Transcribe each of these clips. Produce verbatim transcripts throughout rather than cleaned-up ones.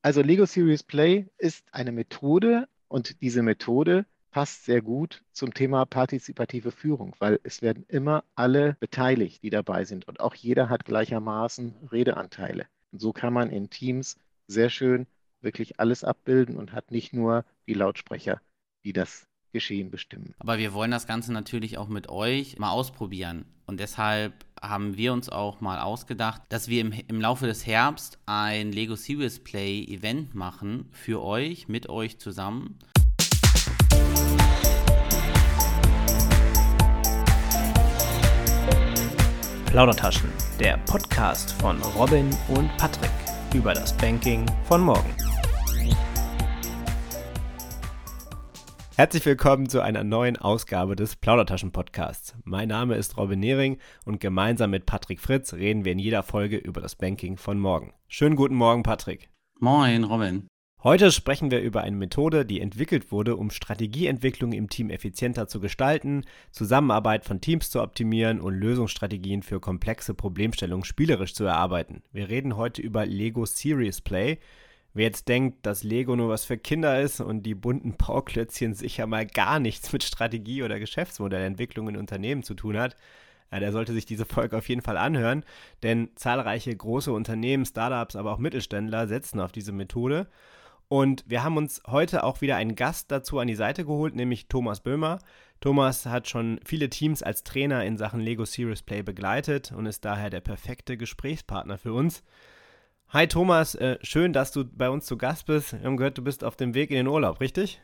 Also Lego Serious Play ist eine Methode und diese Methode passt sehr gut zum Thema partizipative Führung, weil es werden immer alle beteiligt, die dabei sind und auch jeder hat gleichermaßen Redeanteile. Und so kann man in Teams sehr schön wirklich alles abbilden und hat nicht nur die Lautsprecher, die das Geschehen bestimmen. Aber wir wollen das Ganze natürlich auch mit euch mal ausprobieren. Und deshalb haben wir uns auch mal ausgedacht, dass wir im, im Laufe des Herbst ein Lego Serious Play Event machen für euch, mit euch zusammen. Plaudertaschen, der Podcast von Robin und Patrick über das Banking von morgen. Herzlich willkommen zu einer neuen Ausgabe des Plaudertaschen-Podcasts. Mein Name ist Robin Nehring und gemeinsam mit Patrick Fritz reden wir in jeder Folge über das Banking von morgen. Schönen guten Morgen, Patrick. Moin, Robin. Heute sprechen wir über eine Methode, die entwickelt wurde, um Strategieentwicklung im Team effizienter zu gestalten, Zusammenarbeit von Teams zu optimieren und Lösungsstrategien für komplexe Problemstellungen spielerisch zu erarbeiten. Wir reden heute über Lego Serious Play. Wer jetzt denkt, dass Lego nur was für Kinder ist und die bunten Bauklötzchen sicher mal gar nichts mit Strategie oder Geschäftsmodellentwicklung in Unternehmen zu tun hat, ja, der sollte sich diese Folge auf jeden Fall anhören, denn zahlreiche große Unternehmen, Startups, aber auch Mittelständler setzen auf diese Methode. Und wir haben uns heute auch wieder einen Gast dazu an die Seite geholt, nämlich Thomas Böhmer. Thomas hat schon viele Teams als Trainer in Sachen Lego Serious Play begleitet und ist daher der perfekte Gesprächspartner für uns. Hi Thomas, äh, schön, dass du bei uns zu Gast bist. Wir haben gehört, du bist auf dem Weg in den Urlaub, richtig?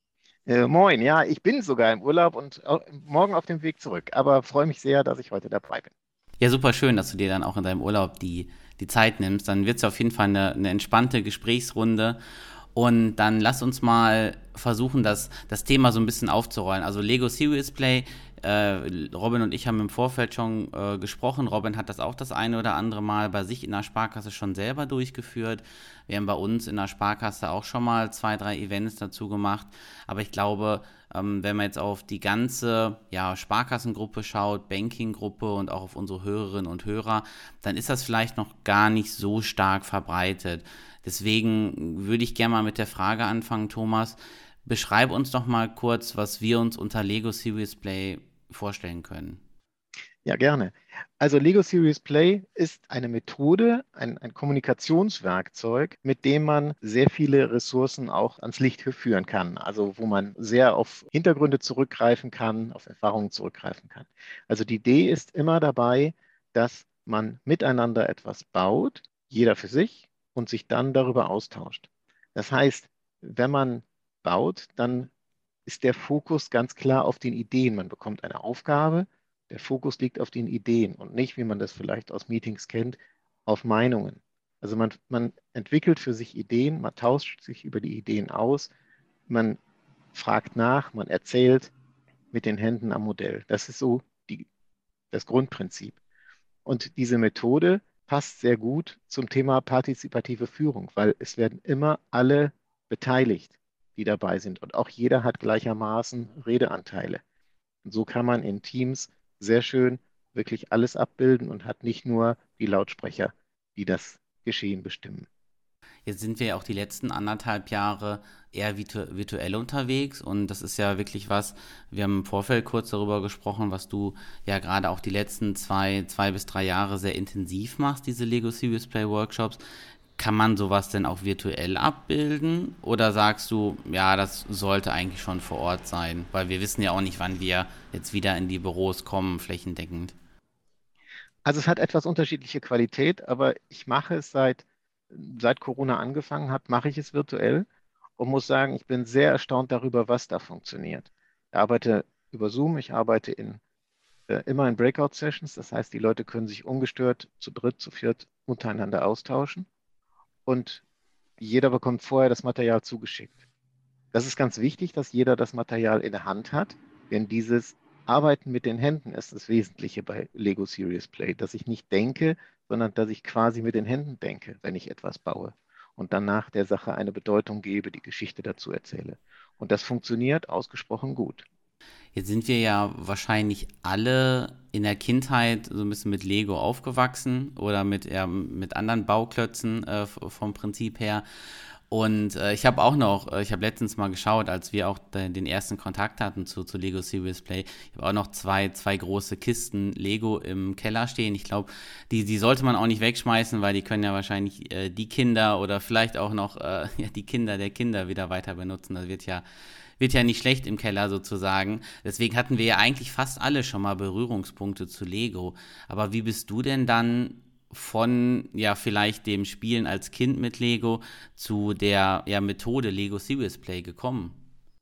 Äh, moin, ja, ich bin sogar im Urlaub und au- morgen auf dem Weg zurück, aber freue mich sehr, dass ich heute dabei bin. Ja, super schön, dass du dir dann auch in deinem Urlaub die, die Zeit nimmst. Dann wird es auf jeden Fall eine, eine entspannte Gesprächsrunde. Und dann lass uns mal versuchen, das, das Thema so ein bisschen aufzurollen. Also Lego Serious Play, äh, Robin und ich haben im Vorfeld schon äh, gesprochen. Robin hat das auch das eine oder andere Mal bei sich in der Sparkasse schon selber durchgeführt. Wir haben bei uns in der Sparkasse auch schon mal zwei, drei Events dazu gemacht. Aber ich glaube, ähm, wenn man jetzt auf die ganze ja, Sparkassengruppe schaut, Banking-Gruppe und auch auf unsere Hörerinnen und Hörer, dann ist das vielleicht noch gar nicht so stark verbreitet. Deswegen würde ich gerne mal mit der Frage anfangen, Thomas. Beschreib uns doch mal kurz, was wir uns unter Lego Serious Play vorstellen können. Ja, gerne. Also Lego Serious Play ist eine Methode, ein, ein Kommunikationswerkzeug, mit dem man sehr viele Ressourcen auch ans Licht führen kann. Also wo man sehr auf Hintergründe zurückgreifen kann, auf Erfahrungen zurückgreifen kann. Also die Idee ist immer dabei, dass man miteinander etwas baut, jeder für sich, und sich dann darüber austauscht. Das heißt, wenn man baut, dann ist der Fokus ganz klar auf den Ideen. Man bekommt eine Aufgabe. Der Fokus liegt auf den Ideen und nicht, wie man das vielleicht aus Meetings kennt, auf Meinungen. Also man, man entwickelt für sich Ideen, man tauscht sich über die Ideen aus, man fragt nach, man erzählt mit den Händen am Modell. Das ist so die, das Grundprinzip. Und diese Methode passt sehr gut zum Thema partizipative Führung, weil es werden immer alle beteiligt, die dabei sind. Und auch jeder hat gleichermaßen Redeanteile. Und so kann man in Teams sehr schön wirklich alles abbilden und hat nicht nur die Lautsprecher, die das Geschehen bestimmen. Jetzt sind wir ja auch die letzten anderthalb Jahre eher virtu virtuell unterwegs und das ist ja wirklich was, wir haben im Vorfeld kurz darüber gesprochen, was du ja gerade auch die letzten zwei, zwei bis drei Jahre sehr intensiv machst, diese Lego Serious Play Workshops. Kann man sowas denn auch virtuell abbilden oder sagst du, ja, das sollte eigentlich schon vor Ort sein? Weil wir wissen ja auch nicht, wann wir jetzt wieder in die Büros kommen, flächendeckend. Also es hat etwas unterschiedliche Qualität, aber ich mache es seit, seit Corona angefangen hat, mache ich es virtuell und muss sagen, ich bin sehr erstaunt darüber, was da funktioniert. Ich arbeite über Zoom, ich arbeite in, äh, immer in Breakout-Sessions, das heißt, die Leute können sich ungestört zu dritt, zu viert untereinander austauschen und jeder bekommt vorher das Material zugeschickt. Das ist ganz wichtig, dass jeder das Material in der Hand hat, denn dieses Arbeiten mit den Händen ist das Wesentliche bei Lego Serious Play, dass ich nicht denke, sondern dass ich quasi mit den Händen denke, wenn ich etwas baue und danach der Sache eine Bedeutung gebe, die Geschichte dazu erzähle. Und das funktioniert ausgesprochen gut. Jetzt sind wir ja wahrscheinlich alle in der Kindheit so ein bisschen mit Lego aufgewachsen oder mit, ja, mit anderen Bauklötzen äh, vom Prinzip her. Und äh, ich habe auch noch, äh, ich habe letztens mal geschaut, als wir auch de- den ersten Kontakt hatten zu, zu Lego Serious Play, ich habe auch noch zwei, zwei große Kisten Lego im Keller stehen. Ich glaube, die, die sollte man auch nicht wegschmeißen, weil die können ja wahrscheinlich äh, die Kinder oder vielleicht auch noch äh, ja, die Kinder der Kinder wieder weiter benutzen. Das wird ja, wird ja nicht schlecht im Keller sozusagen. Deswegen hatten wir ja eigentlich fast alle schon mal Berührungspunkte zu Lego. Aber wie bist du denn dann von ja vielleicht dem Spielen als Kind mit Lego zu der ja Methode Lego Serious Play gekommen?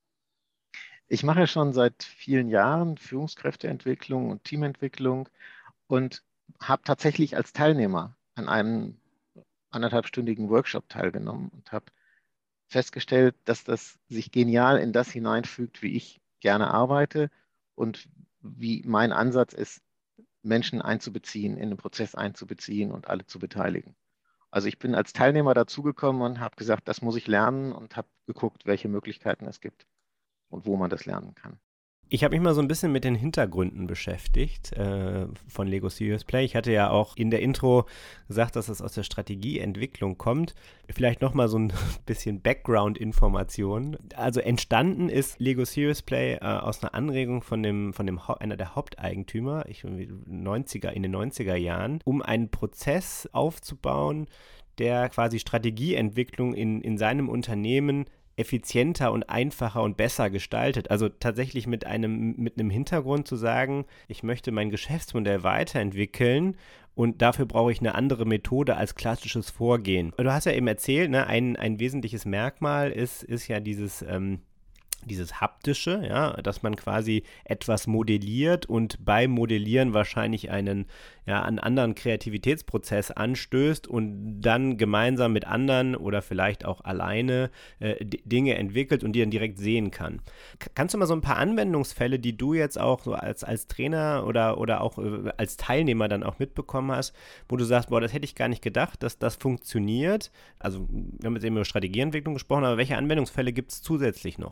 Ich mache schon seit vielen Jahren Führungskräfteentwicklung und Teamentwicklung und habe tatsächlich als Teilnehmer an einem anderthalbstündigen Workshop teilgenommen und habe festgestellt, dass das sich genial in das hineinfügt, wie ich gerne arbeite und wie mein Ansatz ist, Menschen einzubeziehen, in den Prozess einzubeziehen und alle zu beteiligen. Also ich bin als Teilnehmer dazugekommen und habe gesagt, das muss ich lernen und habe geguckt, welche Möglichkeiten es gibt und wo man das lernen kann. Ich habe mich mal so ein bisschen mit den Hintergründen beschäftigt äh, von Lego Serious Play. Ich hatte ja auch in der Intro gesagt, dass es aus der Strategieentwicklung kommt. Vielleicht noch mal so ein bisschen Background-Information. Also entstanden ist Lego Serious Play äh, aus einer Anregung von dem, von dem einer der Haupteigentümer, ich neunziger, in den neunziger Jahren, um einen Prozess aufzubauen, der quasi Strategieentwicklung in, in seinem Unternehmen effizienter und einfacher und besser gestaltet. Also tatsächlich mit einem, mit einem Hintergrund zu sagen, ich möchte mein Geschäftsmodell weiterentwickeln und dafür brauche ich eine andere Methode als klassisches Vorgehen. Du hast ja eben erzählt, ne, ein, ein wesentliches Merkmal ist, ist ja dieses ähm, dieses haptische, ja, dass man quasi etwas modelliert und beim Modellieren wahrscheinlich einen, ja, einen anderen Kreativitätsprozess anstößt und dann gemeinsam mit anderen oder vielleicht auch alleine äh, D- Dinge entwickelt und die dann direkt sehen kann. K- kannst du mal so ein paar Anwendungsfälle, die du jetzt auch so als, als Trainer oder, oder auch äh, als Teilnehmer dann auch mitbekommen hast, wo du sagst, boah, das hätte ich gar nicht gedacht, dass das funktioniert. Also wir haben jetzt eben über Strategieentwicklung gesprochen, aber welche Anwendungsfälle gibt es zusätzlich noch?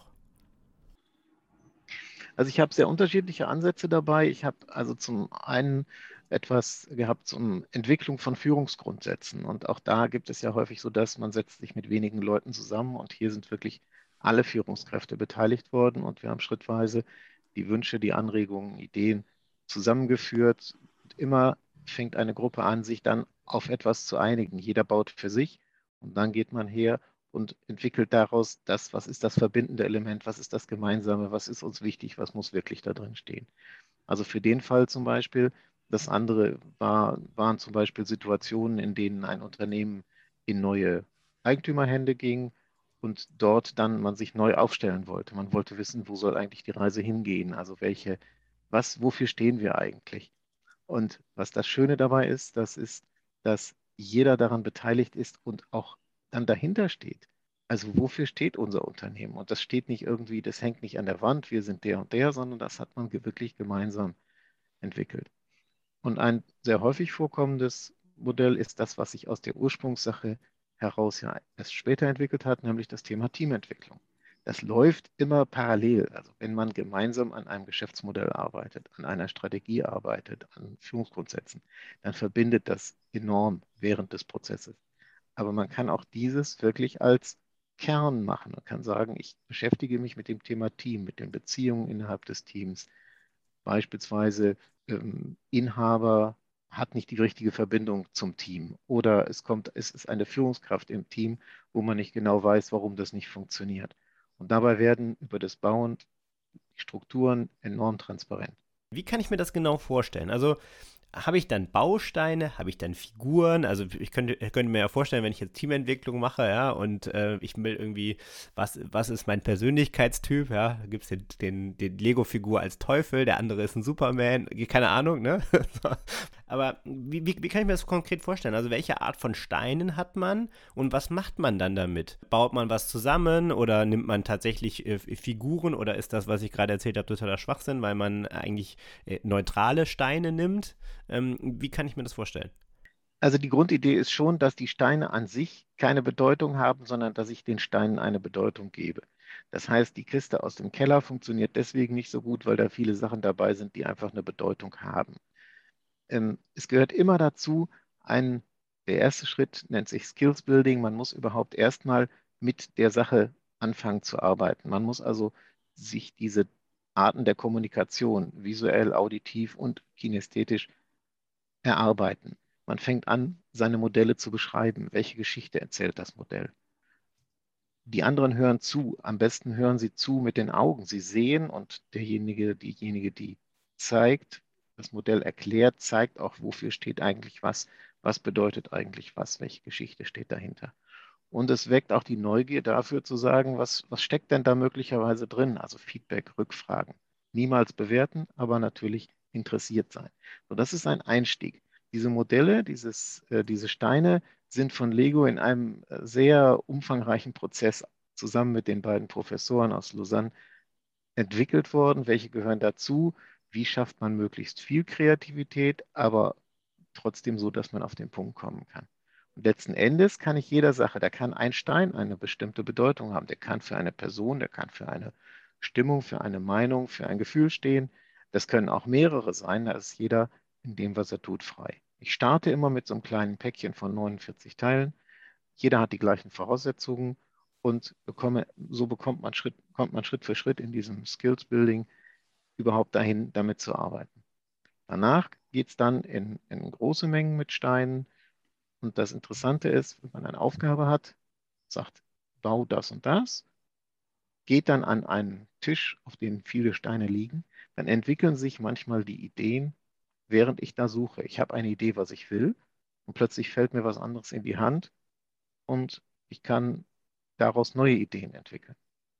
Also ich habe sehr unterschiedliche Ansätze dabei. Ich habe also zum einen etwas gehabt zum Entwicklung von Führungsgrundsätzen. Und auch da gibt es ja häufig so, dass man setzt sich mit wenigen Leuten zusammen und hier sind wirklich alle Führungskräfte beteiligt worden und wir haben schrittweise die Wünsche, die Anregungen, Ideen zusammengeführt. Und immer fängt eine Gruppe an, sich dann auf etwas zu einigen. Jeder baut für sich und dann geht man her und entwickelt daraus das, was ist das verbindende Element, was ist das Gemeinsame, was ist uns wichtig, was muss wirklich da drin stehen. Also für den Fall zum Beispiel, das andere war, waren zum Beispiel Situationen, in denen ein Unternehmen in neue Eigentümerhände ging und dort dann man sich neu aufstellen wollte. Man wollte wissen, wo soll eigentlich die Reise hingehen, also welche, was, wofür stehen wir eigentlich? Und was das Schöne dabei ist, das ist, dass jeder daran beteiligt ist und auch dann dahinter steht. Also wofür steht unser Unternehmen? Und das steht nicht irgendwie, das hängt nicht an der Wand, wir sind der und der, sondern das hat man ge- wirklich gemeinsam entwickelt. Und ein sehr häufig vorkommendes Modell ist das, was sich aus der Ursprungssache heraus ja erst später entwickelt hat, nämlich das Thema Teamentwicklung. Das läuft immer parallel. Also wenn man gemeinsam an einem Geschäftsmodell arbeitet, an einer Strategie arbeitet, an Führungsgrundsätzen, dann verbindet das enorm während des Prozesses. Aber man kann auch dieses wirklich als Kern machen. Man kann sagen, ich beschäftige mich mit dem Thema Team, mit den Beziehungen innerhalb des Teams. Beispielsweise ähm, Inhaber hat nicht die richtige Verbindung zum Team oder es kommt, es ist eine Führungskraft im Team, wo man nicht genau weiß, warum das nicht funktioniert. Und dabei werden über das Bauen die Strukturen enorm transparent. Wie kann ich mir das genau vorstellen? Also habe ich dann Bausteine, habe ich dann Figuren? Also ich könnte, ich könnte mir ja vorstellen, wenn ich jetzt Teamentwicklung mache, ja, und äh, ich will irgendwie, was, was ist mein Persönlichkeitstyp, ja, da gibt es den, den, den Lego-Figur als Teufel, der andere ist ein Superman, keine Ahnung, ne? Aber wie, wie, wie kann ich mir das konkret vorstellen? Also welche Art von Steinen hat man und was macht man dann damit? Baut man was zusammen oder nimmt man tatsächlich äh, Figuren oder ist das, was ich gerade erzählt habe, totaler Schwachsinn, weil man eigentlich äh, neutrale Steine nimmt? Ähm, wie kann ich mir das vorstellen? Also die Grundidee ist schon, dass die Steine an sich keine Bedeutung haben, sondern dass ich den Steinen eine Bedeutung gebe. Das heißt, die Kiste aus dem Keller funktioniert deswegen nicht so gut, weil da viele Sachen dabei sind, die einfach eine Bedeutung haben. Ähm, es gehört immer dazu, ein, der erste Schritt nennt sich Skills Building. Man muss überhaupt erstmal mit der Sache anfangen zu arbeiten. Man muss also sich diese Arten der Kommunikation, visuell, auditiv und kinästhetisch, erarbeiten. Man fängt an, seine Modelle zu beschreiben. Welche Geschichte erzählt das Modell? Die anderen hören zu. Am besten hören sie zu mit den Augen. Sie sehen und derjenige, diejenige, die zeigt, das Modell erklärt, zeigt auch, wofür steht eigentlich was, was bedeutet eigentlich was, welche Geschichte steht dahinter. Und es weckt auch die Neugier dafür zu sagen, was, was steckt denn da möglicherweise drin? Also Feedback, Rückfragen. Niemals bewerten, aber natürlich interessiert sein. So, das ist ein Einstieg. Diese Modelle, dieses, äh, diese Steine sind von Lego in einem äh, sehr umfangreichen Prozess zusammen mit den beiden Professoren aus Lausanne entwickelt worden. Welche gehören dazu? Wie schafft man möglichst viel Kreativität, aber trotzdem so, dass man auf den Punkt kommen kann? Und letzten Endes kann ich jeder Sache, da kann ein Stein eine bestimmte Bedeutung haben. Der kann für eine Person, der kann für eine Stimmung, für eine Meinung, für ein Gefühl stehen. Das können auch mehrere sein. Da ist jeder in dem, was er tut, frei. Ich starte immer mit so einem kleinen Päckchen von neunundvierzig Teilen. Jeder hat die gleichen Voraussetzungen und bekomme, so bekommt man Schritt, kommt man Schritt für Schritt in diesem Skills Building überhaupt dahin, damit zu arbeiten. Danach geht es dann in, in große Mengen mit Steinen. Und das Interessante ist, wenn man eine Aufgabe hat, sagt, bau das und das, geht dann an einen Tisch, auf dem viele Steine liegen, dann entwickeln sich manchmal die Ideen, während ich da suche. Ich habe eine Idee, was ich will, und plötzlich fällt mir was anderes in die Hand und ich kann daraus neue Ideen entwickeln.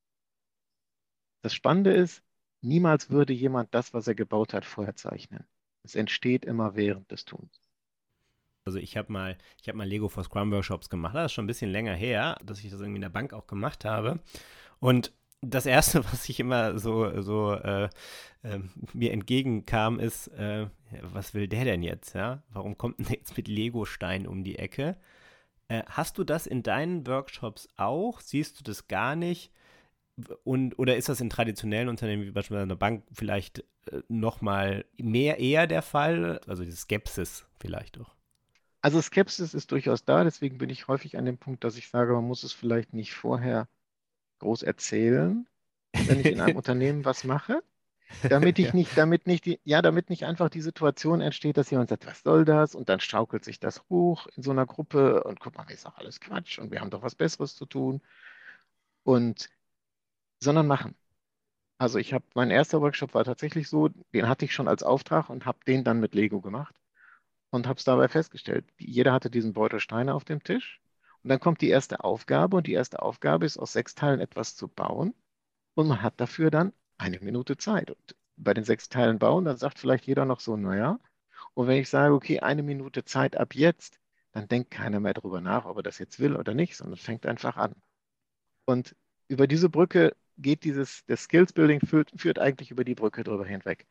Das Spannende ist, niemals würde jemand das, was er gebaut hat, vorher zeichnen. Es entsteht immer während des Tuns. Also ich habe mal, ich habe mal Lego for Scrum Workshops gemacht. Das ist schon ein bisschen länger her, dass ich das irgendwie in der Bank auch gemacht habe. Und das Erste, was ich immer so, so äh, äh, mir entgegenkam, ist, äh, was will der denn jetzt? Ja? Warum kommt denn der jetzt mit Lego-Steinen um die Ecke? Äh, hast du das in deinen Workshops auch? Siehst du das gar nicht? Und, oder ist das in traditionellen Unternehmen, wie beispielsweise einer Bank, vielleicht äh, nochmal mehr eher der Fall? Also diese Skepsis vielleicht auch. Also Skepsis ist durchaus da, deswegen bin ich häufig an dem Punkt, dass ich sage, man muss es vielleicht nicht vorher groß erzählen, wenn ich in einem Unternehmen was mache, damit ich Ja. nicht, damit nicht die, ja, damit nicht einfach die Situation entsteht, dass jemand sagt, was soll das? Und dann schaukelt sich das hoch in so einer Gruppe und guck mal, das ist doch alles Quatsch und wir haben doch was Besseres zu tun. Und sondern machen. Also ich habe, mein erster Workshop war tatsächlich so, den hatte ich schon als Auftrag und habe den dann mit Lego gemacht und habe es dabei festgestellt. Jeder hatte diesen Beutel Steine auf dem Tisch und dann kommt die erste Aufgabe und die erste Aufgabe ist, aus sechs Teilen etwas zu bauen und man hat dafür dann eine Minute Zeit. Und bei den sechs Teilen bauen, dann sagt vielleicht jeder noch so, naja. Und wenn ich sage, okay, eine Minute Zeit ab jetzt, dann denkt keiner mehr darüber nach, ob er das jetzt will oder nicht, sondern fängt einfach an. Und über diese Brücke geht dieses, das Skills Building führt, führt eigentlich über die Brücke drüber hinweg.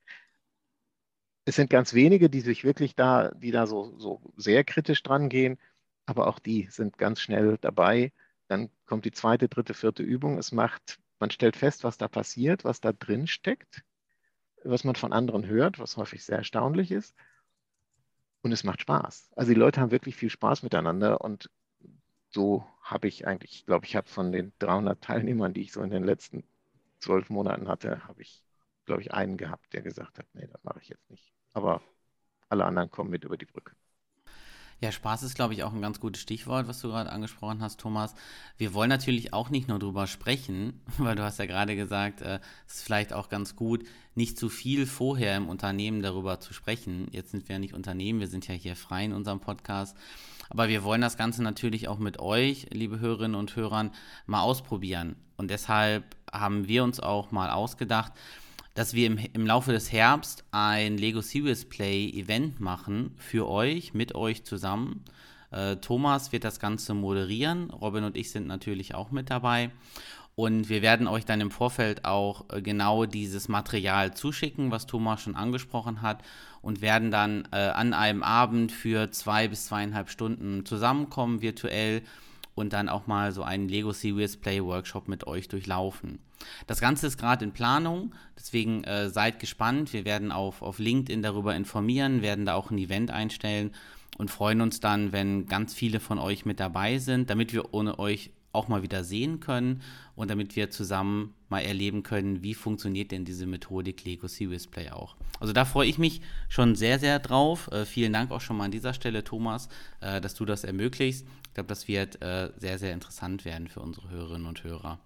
Es sind ganz wenige, die sich wirklich da, die da so, so sehr kritisch dran gehen, aber auch die sind ganz schnell dabei. Dann kommt die zweite, dritte, vierte Übung. Es macht, man stellt fest, was da passiert, was da drin steckt, was man von anderen hört, was häufig sehr erstaunlich ist. Und es macht Spaß. Also die Leute haben wirklich viel Spaß miteinander und so habe ich eigentlich, ich glaube, ich habe von den dreihundert Teilnehmern, die ich so in den letzten zwölf Monaten hatte, habe ich, glaube ich, einen gehabt, der gesagt hat, nee, das mache ich jetzt nicht. Aber alle anderen kommen mit über die Brücke. Ja, Spaß ist, glaube ich, auch ein ganz gutes Stichwort, was du gerade angesprochen hast, Thomas. Wir wollen natürlich auch nicht nur drüber sprechen, weil du hast ja gerade gesagt, äh, es ist vielleicht auch ganz gut, nicht zu viel vorher im Unternehmen darüber zu sprechen. Jetzt sind wir ja nicht Unternehmen, wir sind ja hier frei in unserem Podcast. Aber wir wollen das Ganze natürlich auch mit euch, liebe Hörerinnen und Hörern, mal ausprobieren. Und deshalb haben wir uns auch mal ausgedacht, dass wir im, im Laufe des Herbst ein Lego Serious Play Event machen für euch, mit euch zusammen. Äh, Thomas wird das Ganze moderieren. Robin und ich sind natürlich auch mit dabei. Und wir werden euch dann im Vorfeld auch äh, genau dieses Material zuschicken, was Thomas schon angesprochen hat, und werden dann äh, an einem Abend für zwei bis zweieinhalb Stunden zusammenkommen, virtuell, und dann auch mal so einen Lego Serious Play Workshop mit euch durchlaufen. Das Ganze ist gerade in Planung, deswegen äh, seid gespannt. Wir werden auf, auf LinkedIn darüber informieren, werden da auch ein Event einstellen und freuen uns dann, wenn ganz viele von euch mit dabei sind, damit wir ohne euch auch mal wieder sehen können und damit wir zusammen mal erleben können, wie funktioniert denn diese Methodik Lego Serious Play auch. Also da freue ich mich schon sehr, sehr drauf. Äh, vielen Dank auch schon mal an dieser Stelle, Thomas, äh, dass du das ermöglicht. Ich glaube, das wird äh, sehr, sehr interessant werden für unsere Hörerinnen und Hörer.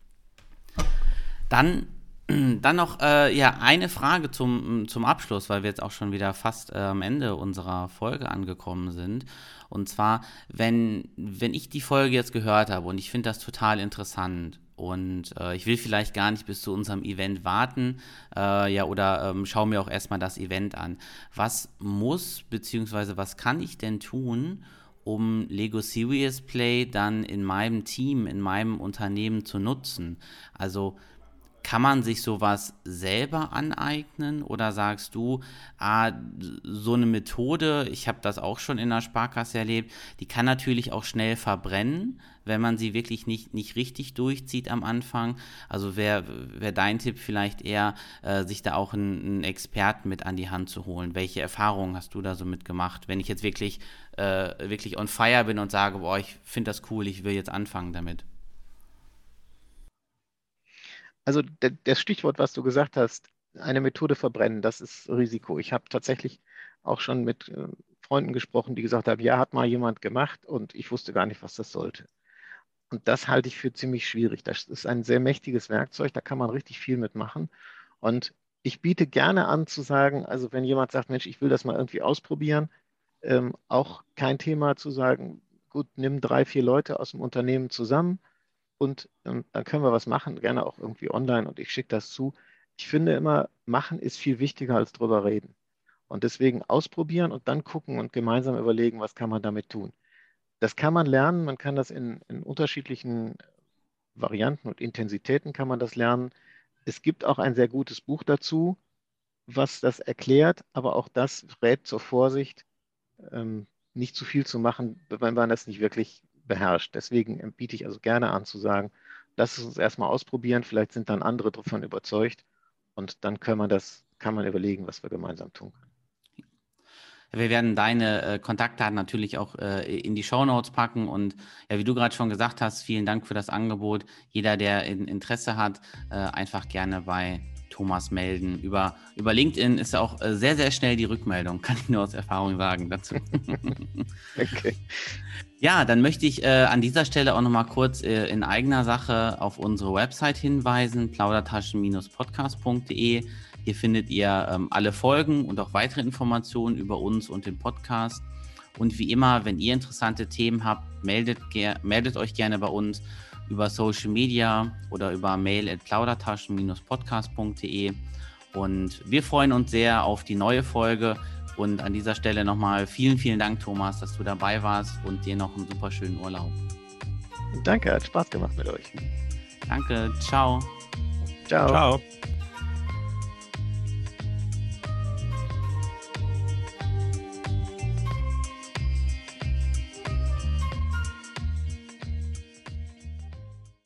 Dann, dann noch äh, ja, eine Frage zum, zum Abschluss, weil wir jetzt auch schon wieder fast äh, am Ende unserer Folge angekommen sind. Und zwar, wenn, wenn ich die Folge jetzt gehört habe und ich finde das total interessant und äh, ich will vielleicht gar nicht bis zu unserem Event warten, äh, ja, oder ähm, schaue mir auch erstmal das Event an. Was muss, beziehungsweise was kann ich denn tun, um Lego Serious Play dann in meinem Team, in meinem Unternehmen zu nutzen? Also kann man sich sowas selber aneignen oder sagst du, ah, so eine Methode, ich habe das auch schon in der Sparkasse erlebt, die kann natürlich auch schnell verbrennen, wenn man sie wirklich nicht, nicht richtig durchzieht am Anfang. Also wäre wär dein Tipp vielleicht eher, äh, sich da auch einen, einen Experten mit an die Hand zu holen. Welche Erfahrungen hast du da so mitgemacht, wenn ich jetzt wirklich, äh, wirklich on fire bin und sage, boah, ich finde das cool, ich will jetzt anfangen damit? Also der, das Stichwort, was du gesagt hast, eine Methode verbrennen, das ist Risiko. Ich habe tatsächlich auch schon mit äh, Freunden gesprochen, die gesagt haben, ja, hat mal jemand gemacht und ich wusste gar nicht, was das sollte. Und das halte ich für ziemlich schwierig. Das ist ein sehr mächtiges Werkzeug, da kann man richtig viel mitmachen. Und ich biete gerne an zu sagen, also wenn jemand sagt, Mensch, ich will das mal irgendwie ausprobieren, ähm, auch kein Thema zu sagen, gut, nimm drei, vier Leute aus dem Unternehmen zusammen und ähm, dann können wir was machen, gerne auch irgendwie online und ich schicke das zu. Ich finde immer, machen ist viel wichtiger als drüber reden. Und deswegen ausprobieren und dann gucken und gemeinsam überlegen, was kann man damit tun. Das kann man lernen, man kann das in, in unterschiedlichen Varianten und Intensitäten kann man das lernen. Es gibt auch ein sehr gutes Buch dazu, was das erklärt, aber auch das rät zur Vorsicht, ähm, nicht zu viel zu machen, wenn man das nicht wirklich beherrscht. Deswegen biete ich also gerne an zu sagen, lass es uns erstmal ausprobieren, vielleicht sind dann andere davon überzeugt und dann kann man das, kann man überlegen, was wir gemeinsam tun können. Wir werden deine äh, Kontaktdaten natürlich auch äh, in die Shownotes packen und ja, wie du gerade schon gesagt hast, vielen Dank für das Angebot. Jeder, der in, Interesse hat, äh, einfach gerne bei Thomas melden. Über, über LinkedIn ist ja auch äh, sehr, sehr schnell die Rückmeldung, kann ich nur aus Erfahrung sagen dazu. Okay. Ja, dann möchte ich äh, an dieser Stelle auch nochmal kurz äh, in eigener Sache auf unsere Website hinweisen, plaudertaschen Bindestrich podcast punkt de. Hier findet ihr ähm, alle Folgen und auch weitere Informationen über uns und den Podcast. Und wie immer, wenn ihr interessante Themen habt, meldet, ger- meldet euch gerne bei uns über Social Media oder über mail at plaudertaschen Bindestrich podcast punkt de. Und wir freuen uns sehr auf die neue Folge. Und an dieser Stelle nochmal vielen, vielen Dank, Thomas, dass du dabei warst und dir noch einen super schönen Urlaub. Danke, hat Spaß gemacht mit euch. Danke, ciao. Ciao. Ciao.